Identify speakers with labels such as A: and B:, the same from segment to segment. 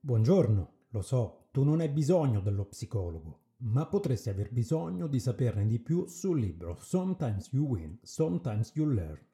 A: Buongiorno, lo so, tu non hai bisogno dello psicologo, ma potresti aver bisogno di saperne di più sul libro Sometimes You Win, Sometimes You Learn.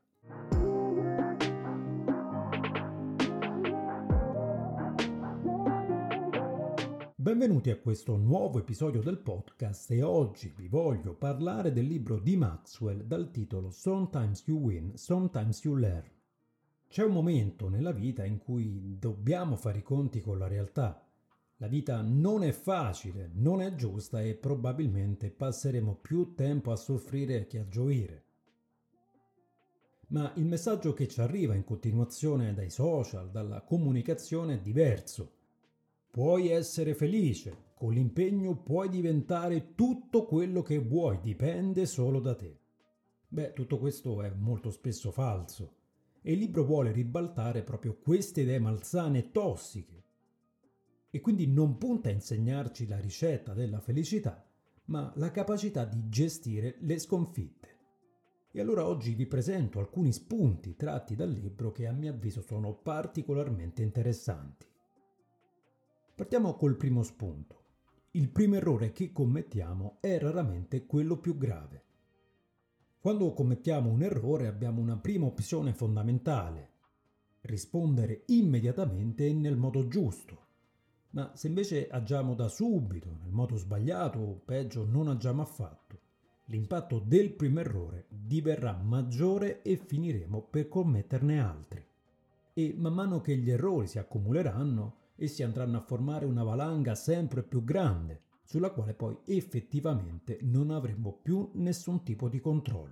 A: Benvenuti a questo nuovo episodio del podcast e oggi vi voglio parlare del libro di Maxwell dal titolo Sometimes You Win, Sometimes You Learn. C'è un momento nella vita in cui dobbiamo fare i conti con la realtà. La vita non è facile, non è giusta e probabilmente passeremo più tempo a soffrire che a gioire. Ma il messaggio che ci arriva in continuazione dai social, dalla comunicazione è diverso. Puoi essere felice, con l'impegno puoi diventare tutto quello che vuoi, dipende solo da te. Tutto questo è molto spesso falso. E il libro vuole ribaltare proprio queste idee malsane e tossiche. E quindi non punta a insegnarci la ricetta della felicità, ma la capacità di gestire le sconfitte. E allora oggi vi presento alcuni spunti tratti dal libro che a mio avviso sono particolarmente interessanti. Partiamo col primo spunto. Il primo errore che commettiamo è raramente quello più grave. Quando commettiamo un errore abbiamo una prima opzione fondamentale: rispondere immediatamente e nel modo giusto. Ma se invece agiamo da subito, nel modo sbagliato o peggio non agiamo affatto, l'impatto del primo errore diverrà maggiore e finiremo per commetterne altri. E man mano che gli errori si accumuleranno, essi andranno a formare una valanga sempre più grande, sulla quale poi effettivamente non avremo più nessun tipo di controllo.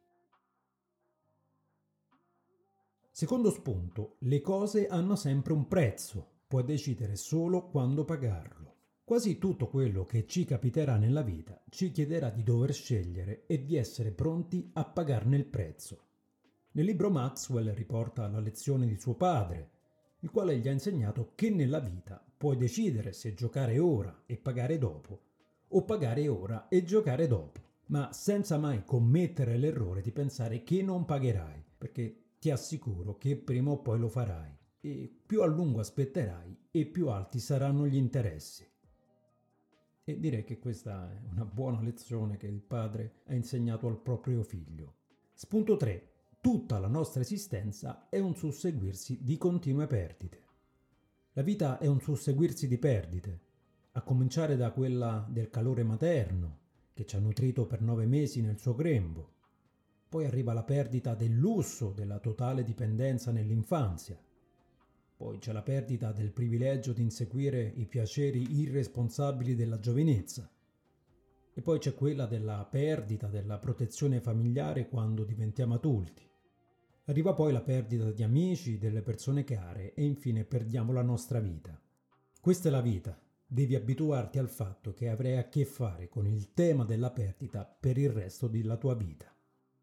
A: Secondo spunto, le cose hanno sempre un prezzo, puoi decidere solo quando pagarlo. Quasi tutto quello che ci capiterà nella vita ci chiederà di dover scegliere e di essere pronti a pagarne il prezzo. Nel libro Maxwell riporta la lezione di suo padre, il quale gli ha insegnato che nella vita puoi decidere se giocare ora e pagare dopo, o pagare ora e giocare dopo, ma senza mai commettere l'errore di pensare che non pagherai, perché ti assicuro che prima o poi lo farai, e più a lungo aspetterai e più alti saranno gli interessi. E direi che questa è una buona lezione che il padre ha insegnato al proprio figlio. Spunto 3. Tutta la nostra esistenza è un susseguirsi di continue perdite. La vita è un susseguirsi di perdite, a cominciare da quella del calore materno, che ci ha nutrito per 9 mesi nel suo grembo. Poi arriva la perdita del lusso, della totale dipendenza nell'infanzia. Poi c'è la perdita del privilegio di inseguire i piaceri irresponsabili della giovinezza. E poi c'è quella della perdita della protezione familiare quando diventiamo adulti. Arriva poi la perdita di amici, delle persone care e infine perdiamo la nostra vita. Questa è la vita. Devi abituarti al fatto che avrai a che fare con il tema della perdita per il resto della tua vita.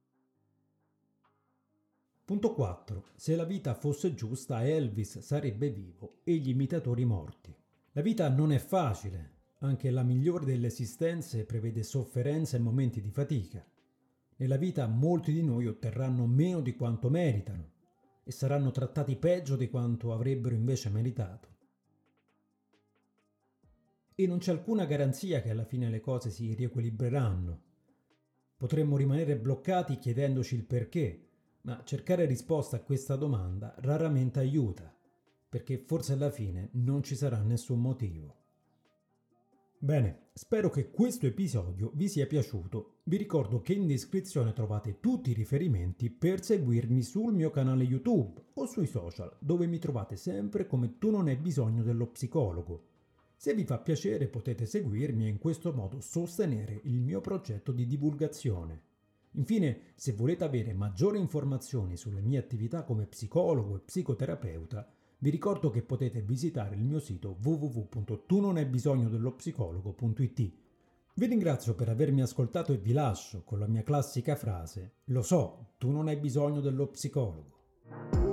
A: Punto 4. Se la vita fosse giusta, Elvis sarebbe vivo e gli imitatori morti. La vita non è facile. Anche la migliore delle esistenze prevede sofferenza e momenti di fatica. Nella vita molti di noi otterranno meno di quanto meritano e saranno trattati peggio di quanto avrebbero invece meritato. E non c'è alcuna garanzia che alla fine le cose si riequilibreranno. Potremmo rimanere bloccati chiedendoci il perché, ma cercare risposta a questa domanda raramente aiuta, perché forse alla fine non ci sarà nessun motivo. Bene, spero che questo episodio vi sia piaciuto. Vi ricordo che in descrizione trovate tutti i riferimenti per seguirmi sul mio canale YouTube o sui social, dove mi trovate sempre come Tu non hai bisogno dello psicologo. Se vi fa piacere potete seguirmi e in questo modo sostenere il mio progetto di divulgazione. Infine, se volete avere maggiori informazioni sulle mie attività come psicologo e psicoterapeuta, vi ricordo che potete visitare il mio sito www.tunonaibisognodello-psicologo.it. Vi ringrazio per avermi ascoltato e vi lascio con la mia classica frase: lo so, tu non hai bisogno dello psicologo.